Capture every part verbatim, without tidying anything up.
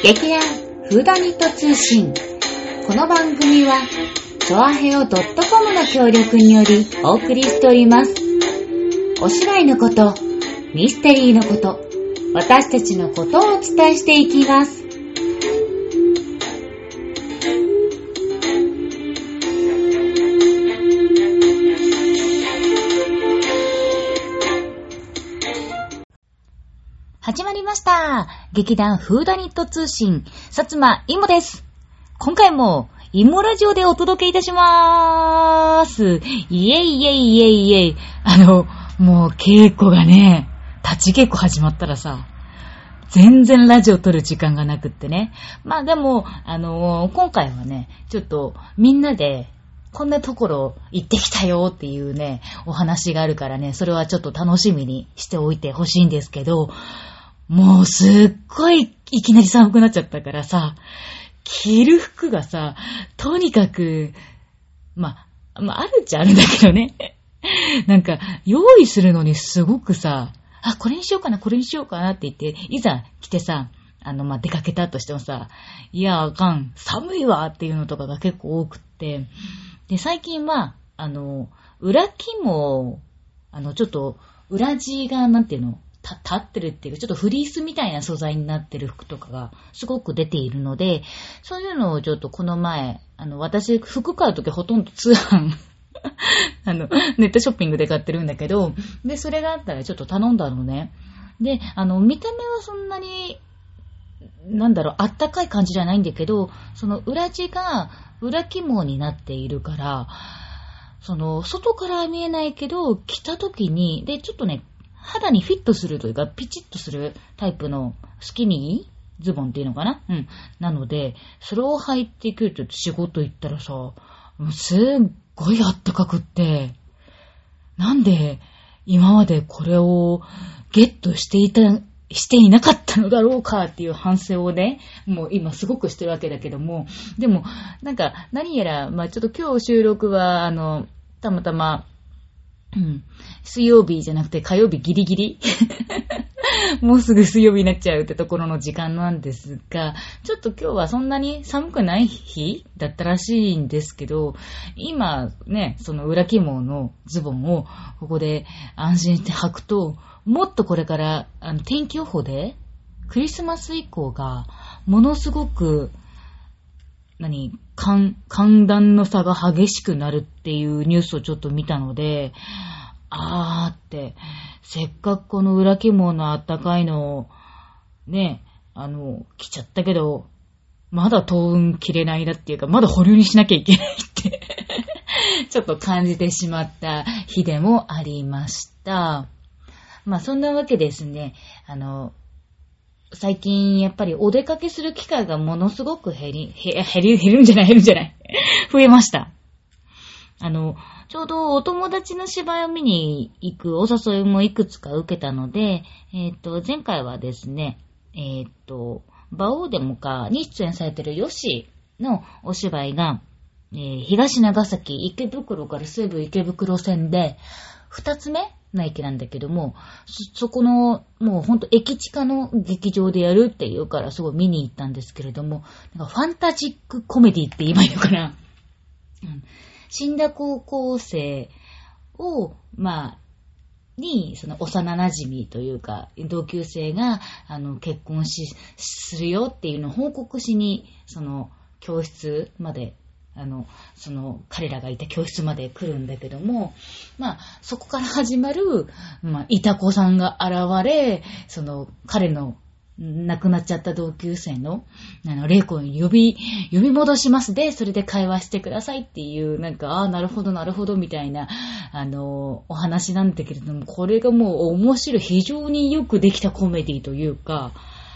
劇団フーダニット通信。この番組はチョアヘオ .com の協力によりお送りしております。お芝居のこと、ミステリーのこと、私たちのことをお伝えしていきます。始まりました。劇団フーダニット通信、薩摩いもです。今回もいもラジオでお届けいたしまーす。イエイイエイイエイイエイ。あの、もう稽古がね、立ち稽古始まったらさ、全然ラジオ撮る時間がなくってね。まあでも、あのー、今回はね、ちょっとみんなで、こんなところ行ってきたよっていうね、お話があるからね、それはちょっと楽しみにしておいてほしいんですけど、もうすっごいいきなり寒くなっちゃったからさ、着る服がさ、とにかく、まあ、まあ、あるっちゃあるんだけどね。なんか、用意するのにすごくさ、あ、これにしようかな、これにしようかなって言って、いざ着てさ、あの、まあ、出かけたとしてもさ、いや、あかん、寒いわっていうのとかが結構多くって、で、最近は、あの、裏肝、あの、ちょっと、裏地が、なんていうの、た、立ってるっていうか、ちょっとフリースみたいな素材になってる服とかがすごく出ているので、そういうのをちょっとこの前、あの、私、服買うときほとんど通販、あの、ネットショッピングで買ってるんだけど、で、それがあったらちょっと頼んだのね。で、あの、見た目はそんなに、なんだろう、あったかい感じじゃないんだけど、その裏地が裏肝になっているから、その、外から見えないけど、着たときに、で、ちょっとね、肌にフィットするというか、ピチッとするタイプのスキニーズボンっていうのかな？うん。なので、それを履いてくると仕事行ったらさ、すっごいあったかくって、なんで今までこれをゲットしていた、していなかったのだろうかっていう反省をね、もう今すごくしてるわけだけども、でも、なんか何やら、まあちょっと今日収録は、あの、たまたま、うん、水曜日じゃなくて火曜日ギリギリもうすぐ水曜日になっちゃうってところの時間なんですが、ちょっと今日はそんなに寒くない日だったらしいんですけど、今ね、その裏肝のズボンをここで安心して履くと、もっとこれからあの天気予報でクリスマス以降がものすごく何寒、寒暖の差が激しくなるっていうニュースをちょっと見たので、あーって、せっかくこの裏肝のあったかいのを、ね、あの、着ちゃったけど、まだ当分着れないなっていうか、まだ保留にしなきゃいけないってちょっと感じてしまった日でもありました。まあそんなわけですね、あの、最近やっぱりお出かけする機会がものすごく減り、減り、減るんじゃない、減るんじゃない増えました。あの、ちょうどお友達の芝居を見に行くお誘いもいくつか受けたので、えっと、前回はですね、えっと、馬王デモカに出演されているヨシのお芝居が、えー、東長崎池袋から西武池袋線で、二つ目の駅なんだけども、そ、そこの、もうほんと駅地下の劇場でやるっていうからすごい見に行ったんですけれども、なんかファンタジックコメディって言えばいいのかな、うん、死んだ高校生を、まあ、に、その幼馴染というか、同級生が、あの、結婚し、するよっていうのを報告しに、その、教室まで、あの、その、彼らがいた教室まで来るんだけども、まあ、そこから始まる、まあ、いた子さんが現れ、その、彼の、亡くなっちゃった同級生の、あの、玲子に呼び、呼び戻しますで、それで会話してくださいっていう、なんか、ああ、なるほど、なるほど、みたいな、あの、お話なんだけれども、これがもう面白い、非常によくできたコメディというか、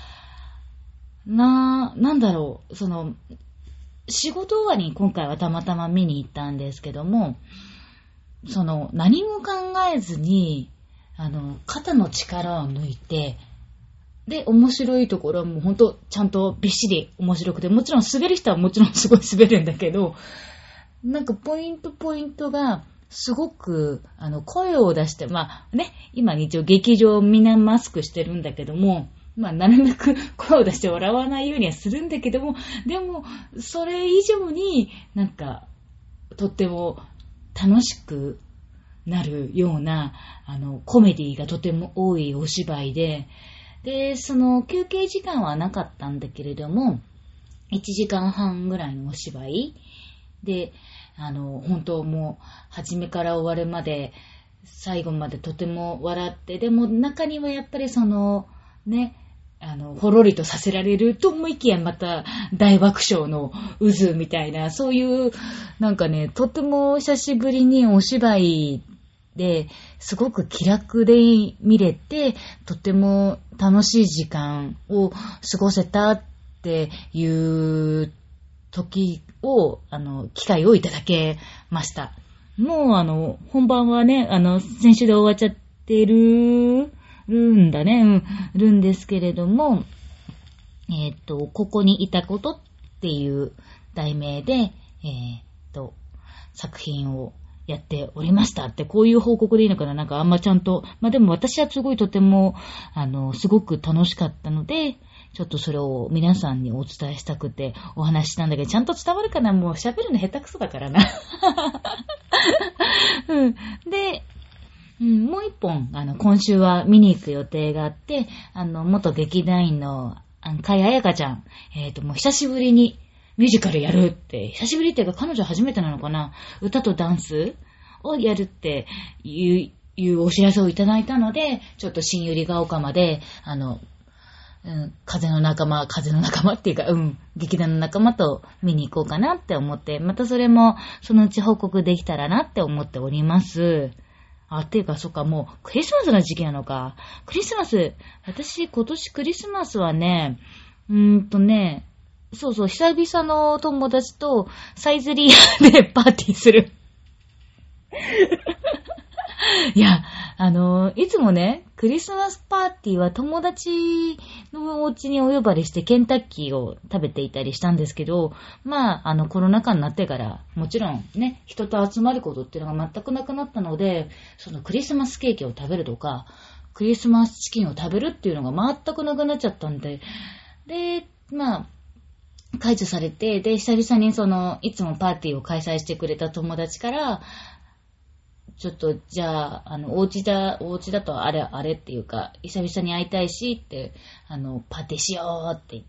な、なんだろう、その、仕事終わりに今回はたまたま見に行ったんですけども、その、何も考えずに、あの、肩の力を抜いて、で、面白いところはもうほんとちゃんとびっしり面白くて、もちろん滑る人はもちろんすごい滑るんだけど、なんかポイントポイントがすごく、あの、声を出して、まあね、今一応劇場みんなマスクしてるんだけども、 まあ、なるべく声を出して笑わないようにはするんだけども、でも、それ以上になんか、とっても楽しくなるような、あの、コメディがとても多いお芝居で、で、その休憩時間はなかったんだけれども、いちじかんはんぐらいのお芝居で、あの、本当もう、初めから終わるまで、最後までとても笑って、でも中にはやっぱりその、ね、あの、ほろりとさせられると思いきやまた大爆笑の渦みたいな、そういう、なんかね、とても久しぶりにお芝居で、すごく気楽で見れて、とても楽しい時間を過ごせたっていう時を、あの、機会をいただけました。もうあの、本番はね、あの、先週で終わっちゃってる、るんだね、うん、るんですけれども、えっと、ここにいたことっていう題名で、えっと、作品をやっておりましたって、こういう報告でいいのかな、なんかあんまちゃんと、まあ、でも私はすごいとても、あの、すごく楽しかったので、ちょっとそれを皆さんにお伝えしたくてお話ししたんだけど、ちゃんと伝わるかな、もう喋るの下手くそだからな。うん、で、うん、もう一本、あの、今週は見に行く予定があって、あの、元劇団員の、あの、かいあやかちゃん、えっと、もう久しぶりにミュージカルやるって、久しぶりっていうか彼女初めてなのかな、歌とダンスをやるっていう、いうお知らせをいただいたので、ちょっと新百合ヶ丘まで、あの、うん、風の仲間、風の仲間っていうか、うん、劇団の仲間と見に行こうかなって思って、またそれもそのうち報告できたらなって思っております。あ、っていうか、そっか、もう、クリスマスの時期なのか。クリスマス、私、今年クリスマスはね、うーんとね、そうそう、久々の友達とサイゼリヤでパーティーする。いや、あの、いつもね、クリスマスパーティーは友達のお家にお呼ばれしてケンタッキーを食べていたりしたんですけど、まあ、あの、コロナ禍になってから、もちろんね、人と集まることっていうのが全くなくなったので、そのクリスマスケーキを食べるとか、クリスマスチキンを食べるっていうのが全くなくなっちゃったんで、で、まあ、解除されて、で、久々にその、いつもパーティーを開催してくれた友達から、ちょっと、じゃあ、あの、お家だ、お家だとあれ、あれっていうか、久々に会いたいしって、あの、パーティーしようって言って、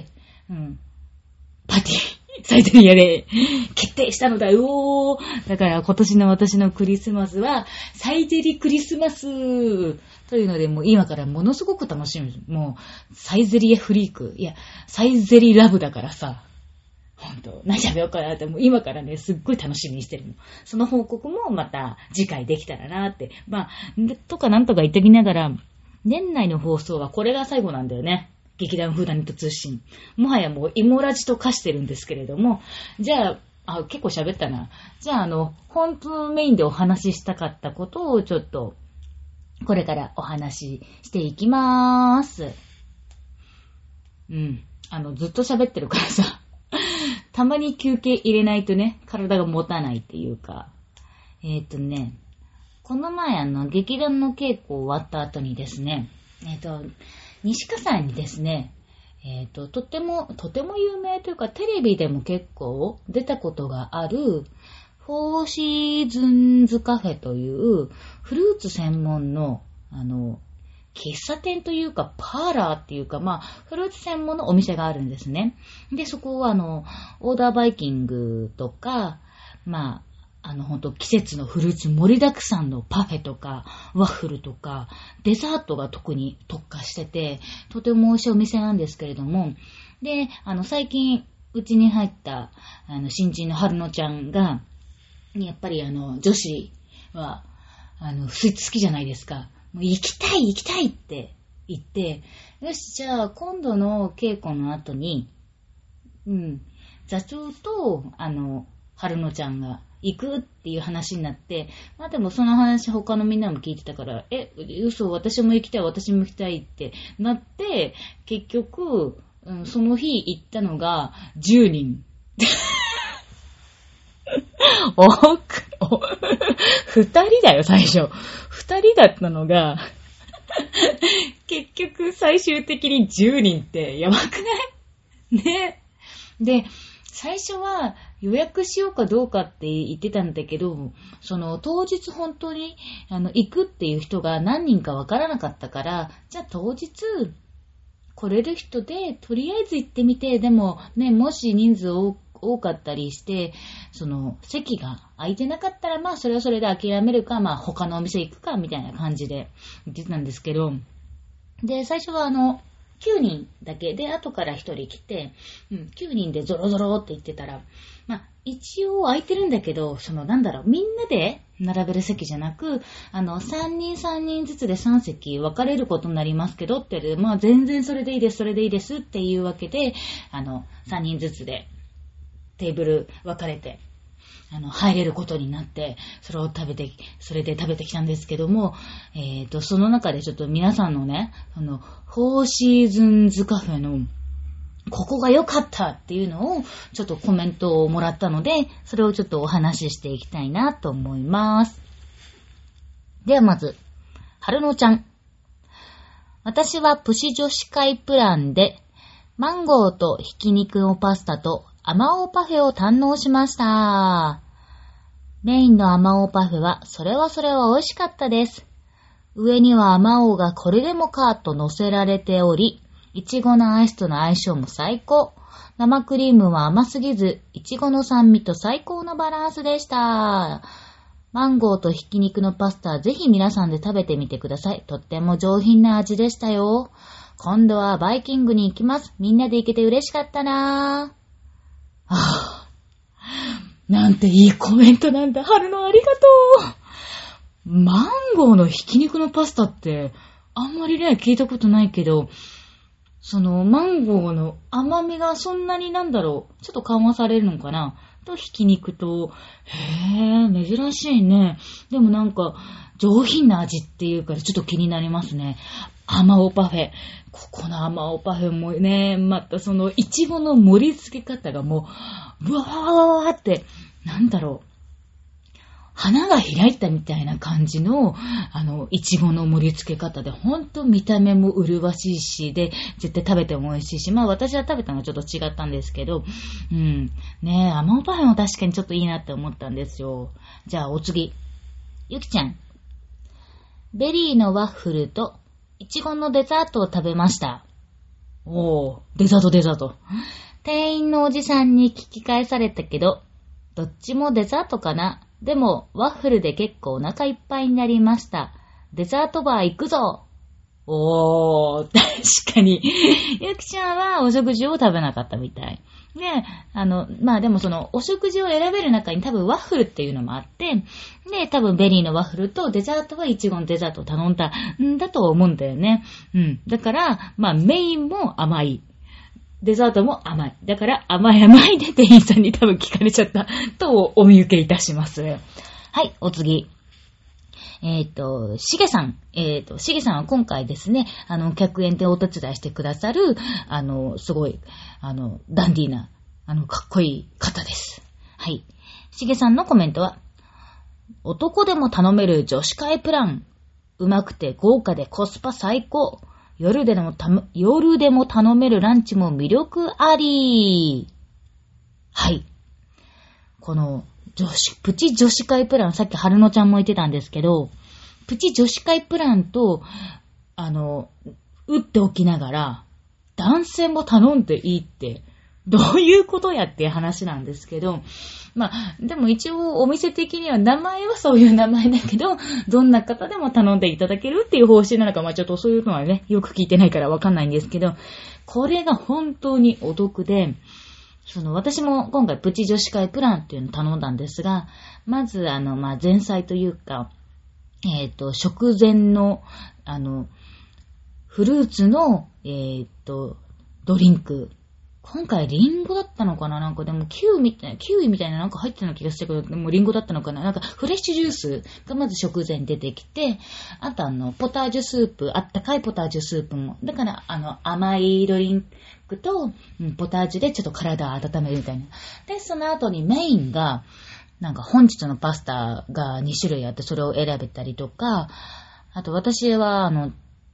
うん。パーティー、サイゼリヤで決定したのだよ。だから今年の私のクリスマスは、サイゼリクリスマスというので、もう今からものすごく楽しみ。もう、サイゼリヤフリーク。いや、サイゼリラブだからさ。ほんと、何喋ろうかなって、もう今からね、すっごい楽しみにしてるの。その報告もまた次回できたらなって。まあ、とかなんとか言ってきながら、年内の放送はこれが最後なんだよね。劇団フーダニット通信。もはやもうイモラジと化してるんですけれども、じゃあ、あ、結構喋ったな。じゃあ、あの、本当メインでお話ししたかったことをちょっと、これからお話ししていきまーす。うん。あの、ずっと喋ってるからさ。たまに休憩入れないとね、体が持たないっていうか。えっとね、この前あの、劇団の稽古終わった後にですね、えっと、西葛西にですね、えっと、とても、とても有名というか、テレビでも結構出たことがある、フォーシーズンズカフェというフルーツ専門の、あの、喫茶店というか、パーラーっていうか、まあ、フルーツ専門のお店があるんですね。で、そこは、あの、オーダーバイキングとか、まあ、あの、ほんと季節のフルーツ盛りだくさんのパフェとか、ワッフルとか、デザートが特に特化してて、とても美味しいお店なんですけれども、で、あの、最近、うちに入った、あの、新人の春野ちゃんが、やっぱりあの、女子は、あの、スイーツ好きじゃないですか。もう行きたい行きたいって言って、よし、じゃあ今度の稽古の後に、うん、座長と、あの、春野ちゃんが行くっていう話になって、まあでもその話他のみんなも聞いてたから、え、嘘、私も行きたい、私も行きたいってなって、結局、うん、その日行ったのがじゅうにん。おく、お、二人だよ、最初。二人だったのが、 結局最終的にじゅうにんってやばくないね。で、最初は予約しようかどうかって言ってたんだけど、その当日本当にあの行くっていう人が何人かわからなかったから、じゃあ当日来れる人でとりあえず行ってみて、でもね、もし人数多多かったりして、その席が空いてなかったら、まあそれはそれで諦めるか、まあ他のお店行くかみたいな感じで言ってたんですけど、で、最初はあの、きゅうにんだけで、後からひとり来て、うん、きゅうにんでゾロゾロって言ってたら、まあ、一応空いてるんだけど、そのなんだろう、みんなで並べる席じゃなく、あの、さんにんさんにんずつでさん席分かれることになりますけどって言われて、まあ全然それでいいです、それでいいですっていうわけで、あの、さんにんずつでテーブル分かれて、あの、入れることになって、それを食べて、それで食べてきたんですけども、えっと、その中でちょっと皆さんのね、あの、フォーシーズンズカフェの、ここが良かったっていうのを、ちょっとコメントをもらったので、それをちょっとお話ししていきたいなと思います。ではまず、春野ちゃん。私はプシ女子会プランで、マンゴーとひき肉のパスタと、アマオパフェを堪能しました。メインのアマオパフェは、それはそれは美味しかったです。上にはアマオがこれでもかと乗せられており、いちごのアイスとの相性も最高。生クリームは甘すぎず、いちごの酸味と最高のバランスでした。マンゴーとひき肉のパスタはぜひ皆さんで食べてみてください。とっても上品な味でしたよ。今度はバイキングに行きます。みんなで行けて嬉しかったなぁ。ああ、なんていいコメントなんだ。春のありがとう。マンゴーのひき肉のパスタってあんまりね聞いたことないけど、そのマンゴーの甘みがそんなになんだろう、ちょっと緩和されるのかなと、ひき肉と、へえ、珍しいね。でもなんか上品な味っていうからちょっと気になりますね。アマオパフェ。ここのアマオパフェもね、またそのイチゴの盛り付け方がもう、ブワーって、なんだろう。花が開いたみたいな感じの、あの、イチゴの盛り付け方で、ほんと見た目も麗しいし、で、絶対食べても美味しいし、まあ私は食べたのはちょっと違ったんですけど、うん。ねえ、アマオパフェも確かにちょっといいなって思ったんですよ。じゃあお次。ゆきちゃん。ベリーのワッフルと、いちごのデザートを食べました。おー、デザートデザート。店員のおじさんに聞き返されたけど、どっちもデザートかな。でも、ワッフルで結構お腹いっぱいになりました。デザートバー行くぞ。おー、確かに。ゆきちゃんはお食事を食べなかったみたい。で、あの、まあでもその、お食事を選べる中に多分ワッフルっていうのもあって、で、多分ベリーのワッフルとデザートはイチゴのデザートを頼んだんだと思うんだよね。うん。だから、まあメインも甘い。デザートも甘い。だから甘い甘いで店員さんに多分聞かれちゃったとお見受けいたします。はい、お次。えっと、しげさん。えっと、しげさんは今回ですね、あの、客演でお手伝いしてくださる、あの、すごい、あの、ダンディーな、あの、かっこいい方です。はい。しげさんのコメントは、男でも頼める女子会プラン。うまくて豪華でコスパ最高。夜でもた、夜でも頼めるランチも魅力あり。はい。この、女子、プチ女子会プラン、さっき春野ちゃんも言ってたんですけど、プチ女子会プランと、あの、打っておきながら、男性も頼んでいいって、どういうことやっていう話なんですけど、まあ、でも一応お店的には名前はそういう名前だけど、どんな方でも頼んでいただけるっていう方針なのか、まあちょっとそういうのはね、よく聞いてないからわかんないんですけど、これが本当にお得で、その私も今回プチ女子会プランっていうのを頼んだんですが、まずあの、まあ前菜というか、えっと、食前の、あの、フルーツの、えっと、ドリンク。今回リンゴだったのかな、なんかでもキウイみたいな、キウイみたいななんか入ってるような気がしたけど、でもリンゴだったのかな、なんかフレッシュジュースがまず食前に出てきて、あとあの、ポタージュスープ、あったかいポタージュスープも。だからあの、甘いドリンクと、うん、ポタージュでちょっと体を温めるみたいな。で、その後にメインが、なんか本日のパスタがに種類あってそれを選べたりとか、あと私はあの、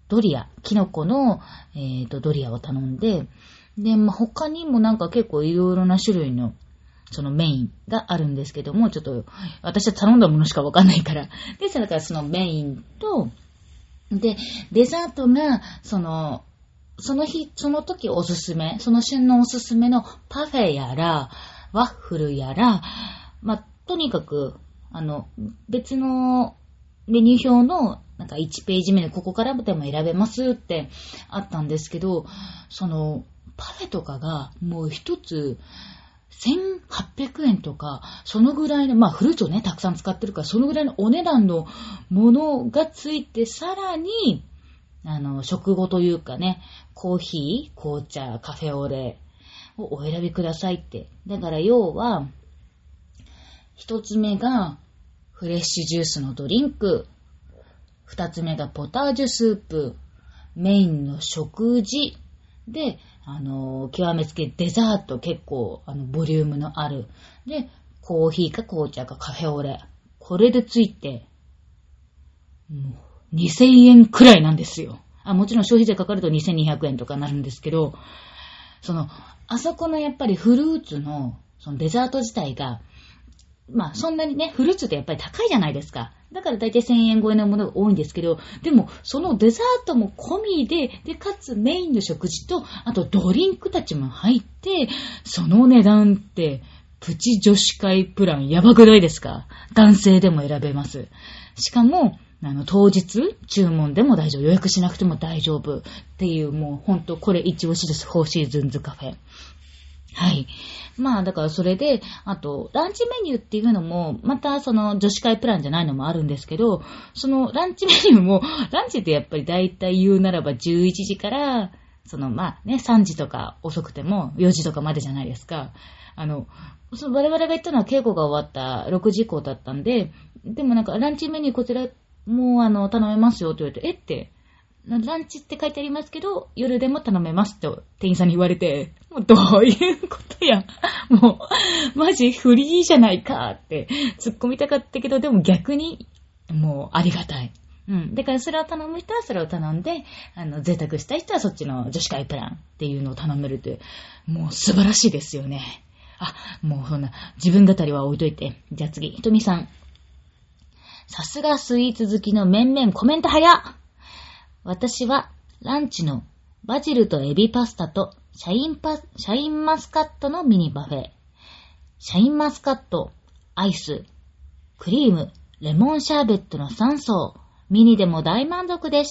ドリア、キノコの、えっと、ドリアを頼んで、で、まあ、他にもなんか結構いろいろな種類の、そのメインがあるんですけども、ちょっと、私は頼んだものしかわかんないから。で、それからそのメインと、で、デザートが、その、その日、その時おすすめ、その旬のおすすめのパフェやら、ワッフルやら、まあ、とにかく、あの、別のメニュー表の、なんかいちページ目でここからでも選べますってあったんですけど、その、パフェとかがもう一つ、せんはっぴゃくえんとか、そのぐらいの、まあフルーツをね、たくさん使ってるから、そのぐらいのお値段のものがついて、さらに、あの、食後というかね、コーヒー、紅茶、カフェオレをお選びくださいって。だから要は、一つ目がフレッシュジュースのドリンク、二つ目がポタージュスープ、メインの食事、で、あの、極めつけデザート結構、あの、ボリュームのある。で、コーヒーか紅茶かカフェオレ。これでついて、もう、にせんえんくらいなんですよ。あ、もちろん消費税かかるとにせんにひゃくえんとかなるんですけど、その、あそこのやっぱりフルーツの、そのデザート自体が、まあそんなにね、フルーツってやっぱり高いじゃないですか。だから大体せんえん超えのものが多いんですけど、でもそのデザートも込みで、で、かつメインの食事と、あとドリンクたちも入って、その値段って、プチ女子会プランやばくないですか？男性でも選べます。しかも、あの、当日、注文でも大丈夫。予約しなくても大丈夫。っていう、もうほんとこれ一押しです。フォーシーズンズカフェ。はい。まあ、だからそれで、あと、ランチメニューっていうのも、またその女子会プランじゃないのもあるんですけど、そのランチメニューも、ランチってやっぱり大体言うならばじゅういちじから、そのまあね、さんじとか遅くてもよじとかまでじゃないですか。あの、その我々が行ったのは稽古が終わったろくじ以降だったんで、でもなんかランチメニューこちらもうあの、頼めますよって言われて、えって、ランチって書いてありますけど、夜でも頼めますと店員さんに言われて、もうどういうことや。もう、マジフリーじゃないかって突っ込みたかったけど、でも逆に、もうありがたい。うん。だからそれを頼む人はそれを頼んで、あの、贅沢したい人はそっちの女子会プランっていうのを頼めるって、もう素晴らしいですよね。あ、もうそんな、自分語りは置いといて。じゃあ次、ひとみさん。さすがスイーツ好きの面々コメント早っ。私はランチのバジルとエビパスタとシャインパ、シャインマスカットのミニパフェ。シャインマスカット、アイス、クリーム、レモンシャーベットのさん層。ミニでも大満足でした。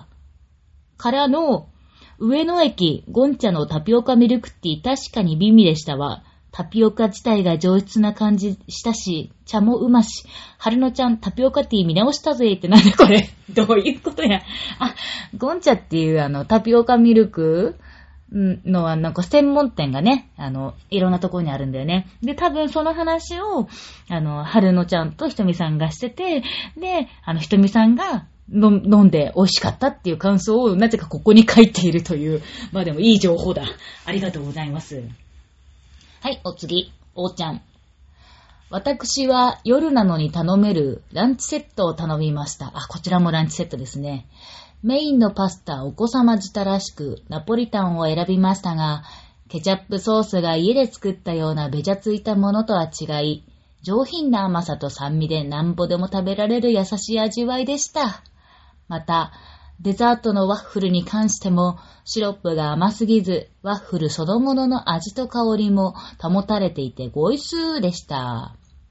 からの、上野駅ゴンチャのタピオカミルクティー確かに美味でしたわ。タピオカ自体が上質な感じしたし、茶もうまし、春野ちゃんタピオカティー見直したぜってなんだこれ。どういうことや。あ、ゴンチャっていうあのタピオカミルクのあのなんか専門店がね、あの、いろんなところにあるんだよね。で、多分その話を、あの、春野ちゃんとひとみさんがしてて、で、あの、ひとみさんが、飲んで美味しかったっていう感想をなぜかここに書いているという、まあでもいい情報だ。ありがとうございます。はい、お次、おーちゃん。私は夜なのに頼めるランチセットを頼みました。あ、こちらもランチセットですね。メインのパスタ、お子様舌らしくナポリタンを選びましたが、ケチャップソースが家で作ったようなべちゃついたものとは違い、上品な甘さと酸味でなんぼでも食べられる優しい味わいでした。また、デザートのワッフルに関しても、シロップが甘すぎず、ワッフルそのものの味と香りも保たれていてごいすーでした。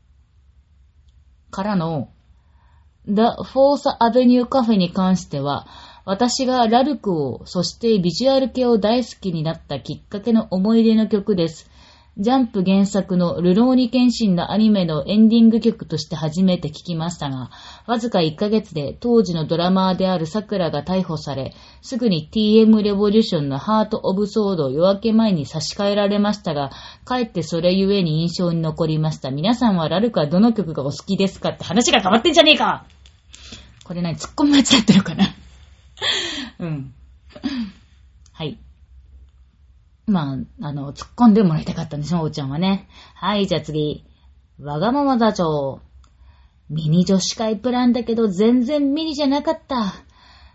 からの、The Fourth Avenue Cafe に関しては、私がラルクを、そしてビジュアル系を大好きになったきっかけの思い出の曲です。ジャンプ原作のルローニケンシンのアニメのエンディング曲として初めて聴きましたが、わずかいっかげつで当時のドラマーである桜が逮捕され、すぐに ティーエム レボリューションのハート・オブ・ソード夜明け前に差し替えられましたが、かえってそれゆえに印象に残りました。皆さんはラルクはどの曲がお好きですかって話が変わってんじゃねえか。これ何突っ込むやつやってるかなうん。はい。まあ、あの、突っ込んでもらいたかったんですよ、おーちゃんはね。はい、じゃあ次。わがまま座長。ミニ女子会プランだけど全然ミニじゃなかった。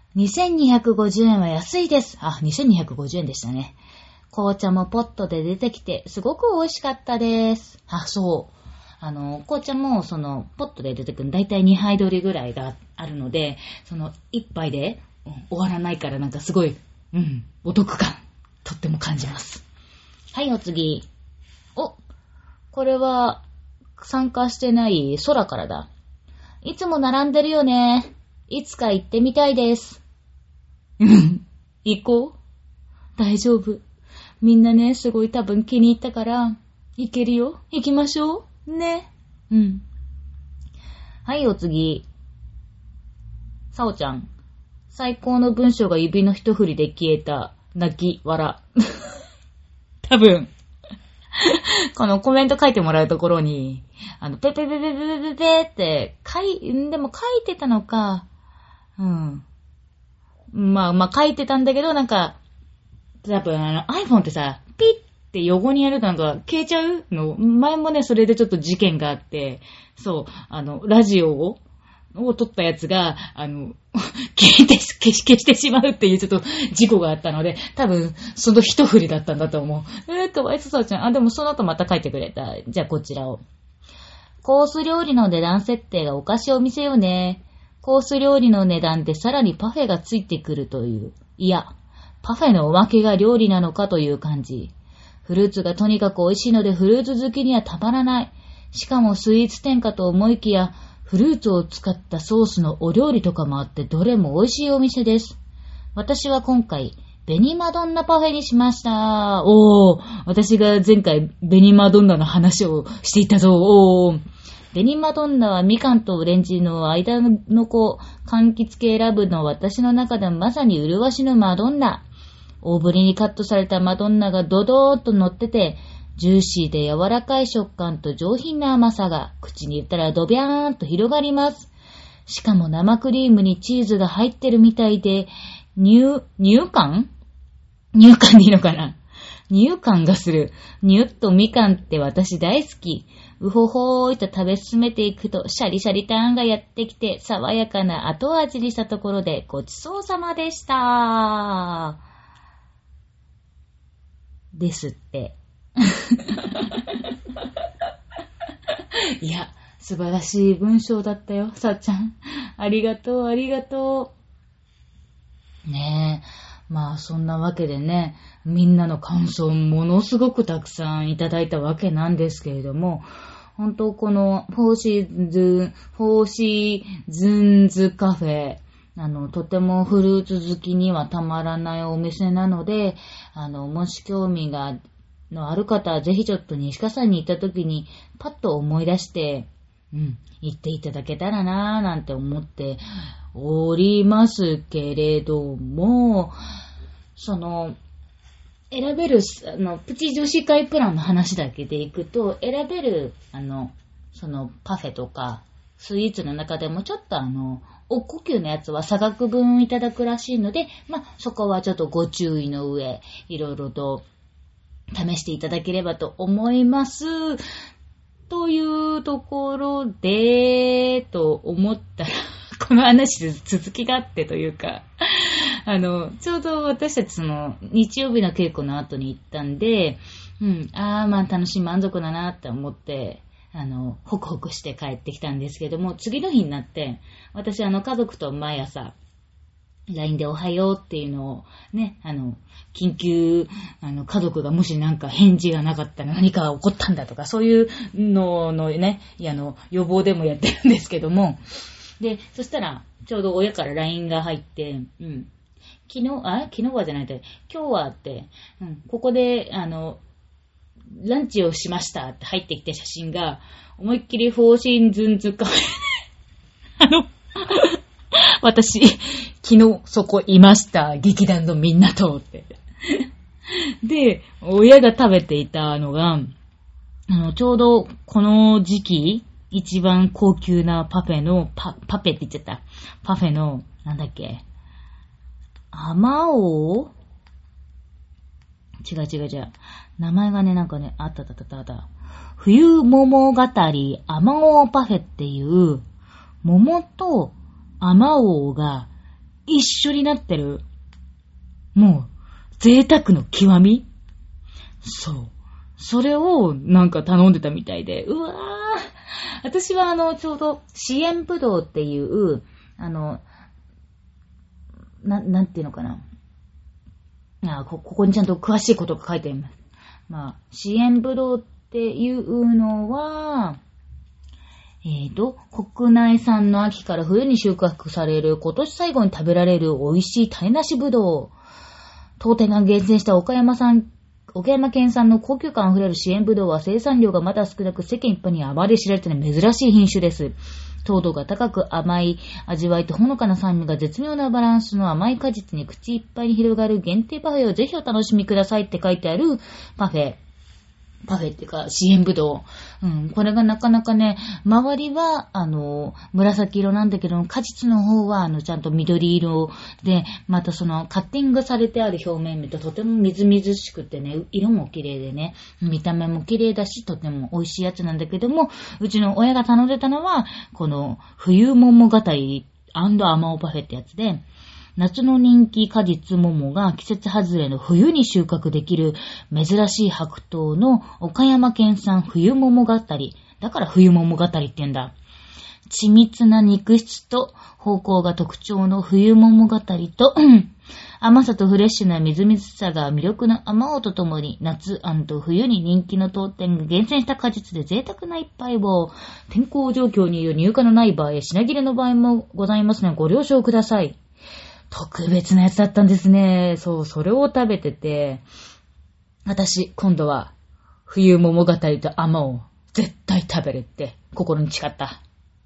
にせんにひゃくごじゅうえんは安いです。あ、にせんにひゃくごじゅうえんでしたね。紅茶もポットで出てきて、すごく美味しかったです。あ、そう。あの、紅茶も、その、ポットで出てくる、だいたいにはい取りぐらいがあるので、その、いっぱいで、うん、終わらないからなんかすごい、うん、お得感、とっても感じます。はい、お次。お、これは、参加してない空からだ。いつも並んでるよね。いつか行ってみたいです。うん、行こう。大丈夫。みんなね、すごい多分気に入ったから、行けるよ。行きましょう。ね。うん。はい、お次。さおちゃん。最高の文章が指の一振りで消えた。泣き、笑。多分。このコメント書いてもらうところに、あの、ペペペペペペペペって書い、でも書いてたのか、うん。まあまあ書いてたんだけど、なんか、多分あの iPhone ってさ、ピッって横にやるとなんか消えちゃうの。前もね、それでちょっと事件があって、そう、あの、ラジオを、を撮ったやつが、あの、消えて、消し、消してしまうっていうちょっと事故があったので、多分、その一振りだったんだと思う。えー、かわいそうちゃん。あ、でもその後また書いてくれた。じゃあこちらを。コース料理の値段設定がおかしいお店よね。コース料理の値段でさらにパフェがついてくるという。いや、パフェのおまけが料理なのかという感じ。フルーツがとにかく美味しいのでフルーツ好きにはたまらない。しかもスイーツ店かと思いきや、フルーツを使ったソースのお料理とかもあってどれも美味しいお店です。私は今回、紅マドンナパフェにしました。おー、私が前回紅マドンナの話をしていたぞ。おー。紅マドンナはみかんとオレンジの間の子、柑橘系選ぶの私の中でもまさに麗しのマドンナ。大ぶりにカットされたマドンナがドドーっと乗ってて、ジューシーで柔らかい食感と上品な甘さが口に入れたらドビャーンと広がります。しかも生クリームにチーズが入ってるみたいで、乳、乳感乳感でいいのかな乳感がする。ニュッとみかんって私大好き。うほほーいと食べ進めていくと、シャリシャリターンがやってきて、爽やかな後味にしたところでごちそうさまでした。ですって。いや、素晴らしい文章だったよ、さっちゃん。ありがとう、ありがとう。ねえ。まあ、そんなわけでね、みんなの感想ものすごくたくさんいただいたわけなんですけれども、本当このフォーシーズン、フォーシーズンズカフェ、あの、とてもフルーツ好きにはたまらないお店なので、あの、もし興味がのある方はぜひちょっと西川さんに行った時にパッと思い出して、うん、行っていただけたらなぁなんて思っておりますけれども、その、選べる、あの、プチ女子会プランの話だけでいくと、選べる、あの、そのパフェとかスイーツの中でもちょっとあの、お呼吸のやつは差額分いただくらしいので、まあ、そこはちょっとご注意の上、いろいろと試していただければと思います。というところで、と思ったら、この話で続きがあってというか、あの、ちょうど私たちその、日曜日の稽古の後に行ったんで、うん、あーまあ楽しい満足だなって思って、あの、ホクホクして帰ってきたんですけども、次の日になって、私あの家族と毎朝、ライン でおはようっていうのをね、あの、緊急、あの、家族がもしなんか返事がなかったら何か起こったんだとか、そういうののね、いやあの、予防でもやってるんですけども、で、そしたら、ちょうど親から ライン が入って、うん、昨日、あ、昨日はじゃないで、今日はって、うん、ここで、あの、ランチをしましたって入ってきた写真が、思いっきりフォーシーズンズカフェ。あの、私、昨日そこいました。劇団のみんなとって。で、親が食べていたのが、あの、ちょうどこの時期、一番高級なパフェの、パ、パフェって言っちゃった。パフェの、なんだっけ。アマオ違う違う違う。名前がね、なんかね、あったあったあったあった。冬桃語りアマオパフェっていう、桃とアマオが一緒になってる。もう、贅沢の極み？そう。それをなんか頼んでたみたいで、うわー。私はあの、ちょうど、支援ぶどうっていう、あの、な、なんていうのかな。あこ、ここにちゃんと詳しいことが書いてあります。まあ、支援ぶどうっていうのは、えーと、国内産の秋から冬に収穫される、今年最後に食べられる美味しい種なしぶどう。当店が厳選した岡山産、岡山県産の高級感あふれる支援ぶどうは生産量がまだ少なく世間一般にあまり知られていない珍しい品種です。糖度が高く甘い味わいとほのかな酸味が絶妙なバランスの甘い果実に口いっぱいに広がる限定パフェをぜひお楽しみくださいって書いてあるパフェ。パフェっていうか、支援ぶどう。うん、これがなかなかね、周りは、あの、紫色なんだけど、果実の方は、あの、ちゃんと緑色で、またその、カッティングされてある表面見るととてもみずみずしくてね、色も綺麗でね、見た目も綺麗だし、とても美味しいやつなんだけども、うちの親が頼んでたのは、この、冬桃語り&アマオパフェってやつで、夏の人気果実桃が季節外れの冬に収穫できる珍しい白桃の岡山県産冬桃語り。だから冬桃語りって言うんだ。緻密な肉質と芳香が特徴の冬桃語りと、甘さとフレッシュなみずみずしさが魅力の甘おとともに夏&冬に人気の当店が厳選した果実で贅沢な一杯を天候状況による入荷のない場合、品切れの場合もございますのでご了承ください。特別なやつだったんですね。そう、それを食べてて、私、今度は、冬桃語りと甘を絶対食べるって心に誓った。は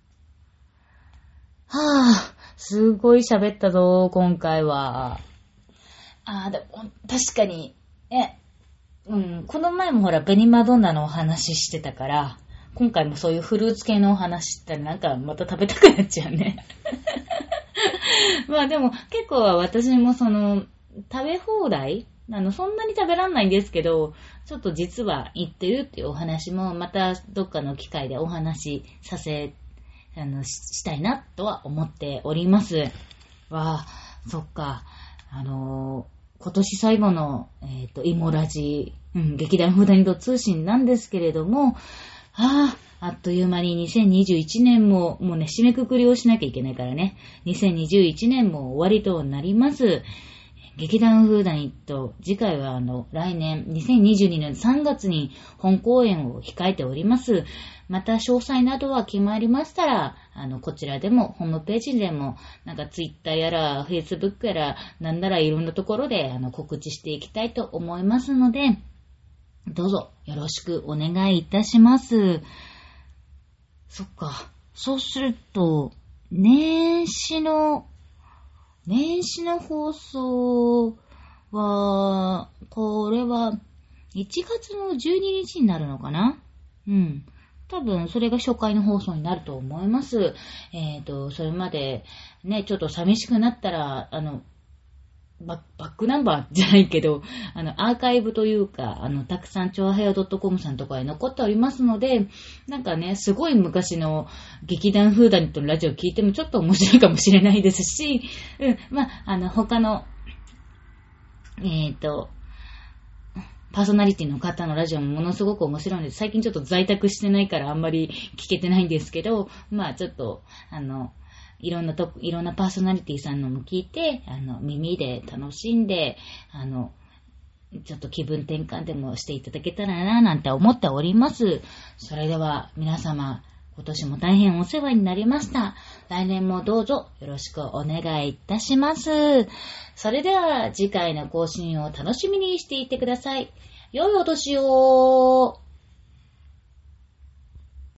ぁ、すごい喋ったぞ、今回は。あー、でも、確かに、え、うん、この前もほら、ベニマドンナのお話してたから、今回もそういうフルーツ系のお話したらなんかまた食べたくなっちゃうね。まあでも結構は私もその食べ放題あのそんなに食べらんないんですけど、ちょっと実は言ってるっていうお話もまたどっかの機会でお話しさせあの し, したいなとは思っております。わあ、そっか、あのー、今年最後のえっ、ー、とイモラジ、うん、劇団フーダニット通信なんですけれども、ああ、あっという間ににせんにじゅういちねんも、もうね、締めくくりをしなきゃいけないからね。にせんにじゅういちねんも終わりとなります。劇団フーダニット、次回はあの、来年、にせんにじゅうにねんさんがつに本公演を控えております。また、詳細などは決まりましたら、あの、こちらでも、ホームページでも、なんかツイッターやら、フェイスブックやら、なんならいろんなところで、あの、告知していきたいと思いますので、どうぞよろしくお願いいたします。そっか。そうすると、年始の、年始の放送は、これはいちがつのじゅうににちになるのかな？うん。多分それが初回の放送になると思います。えっと、それまでね、ちょっと寂しくなったら、あの、バ, バックナンバーじゃないけど、あの、アーカイブというか、あの、たくさん、チョアヘア .com さんとかに残っておりますので、なんかね、すごい昔の劇団フーダニットのラジオ聞いてもちょっと面白いかもしれないですし、うん、まあ、あの、他の、えっと、パーソナリティの方のラジオもものすごく面白いので、最近ちょっと在宅してないからあんまり聞けてないんですけど、まあ、ちょっと、あの、いろんなと、いろんなパーソナリティさんのも聞いて、あの、耳で楽しんで、あの、ちょっと気分転換でもしていただけたらな、なんて思っております。それでは、皆様、今年も大変お世話になりました。来年もどうぞよろしくお願いいたします。それでは、次回の更新を楽しみにしていてください。良いお年を。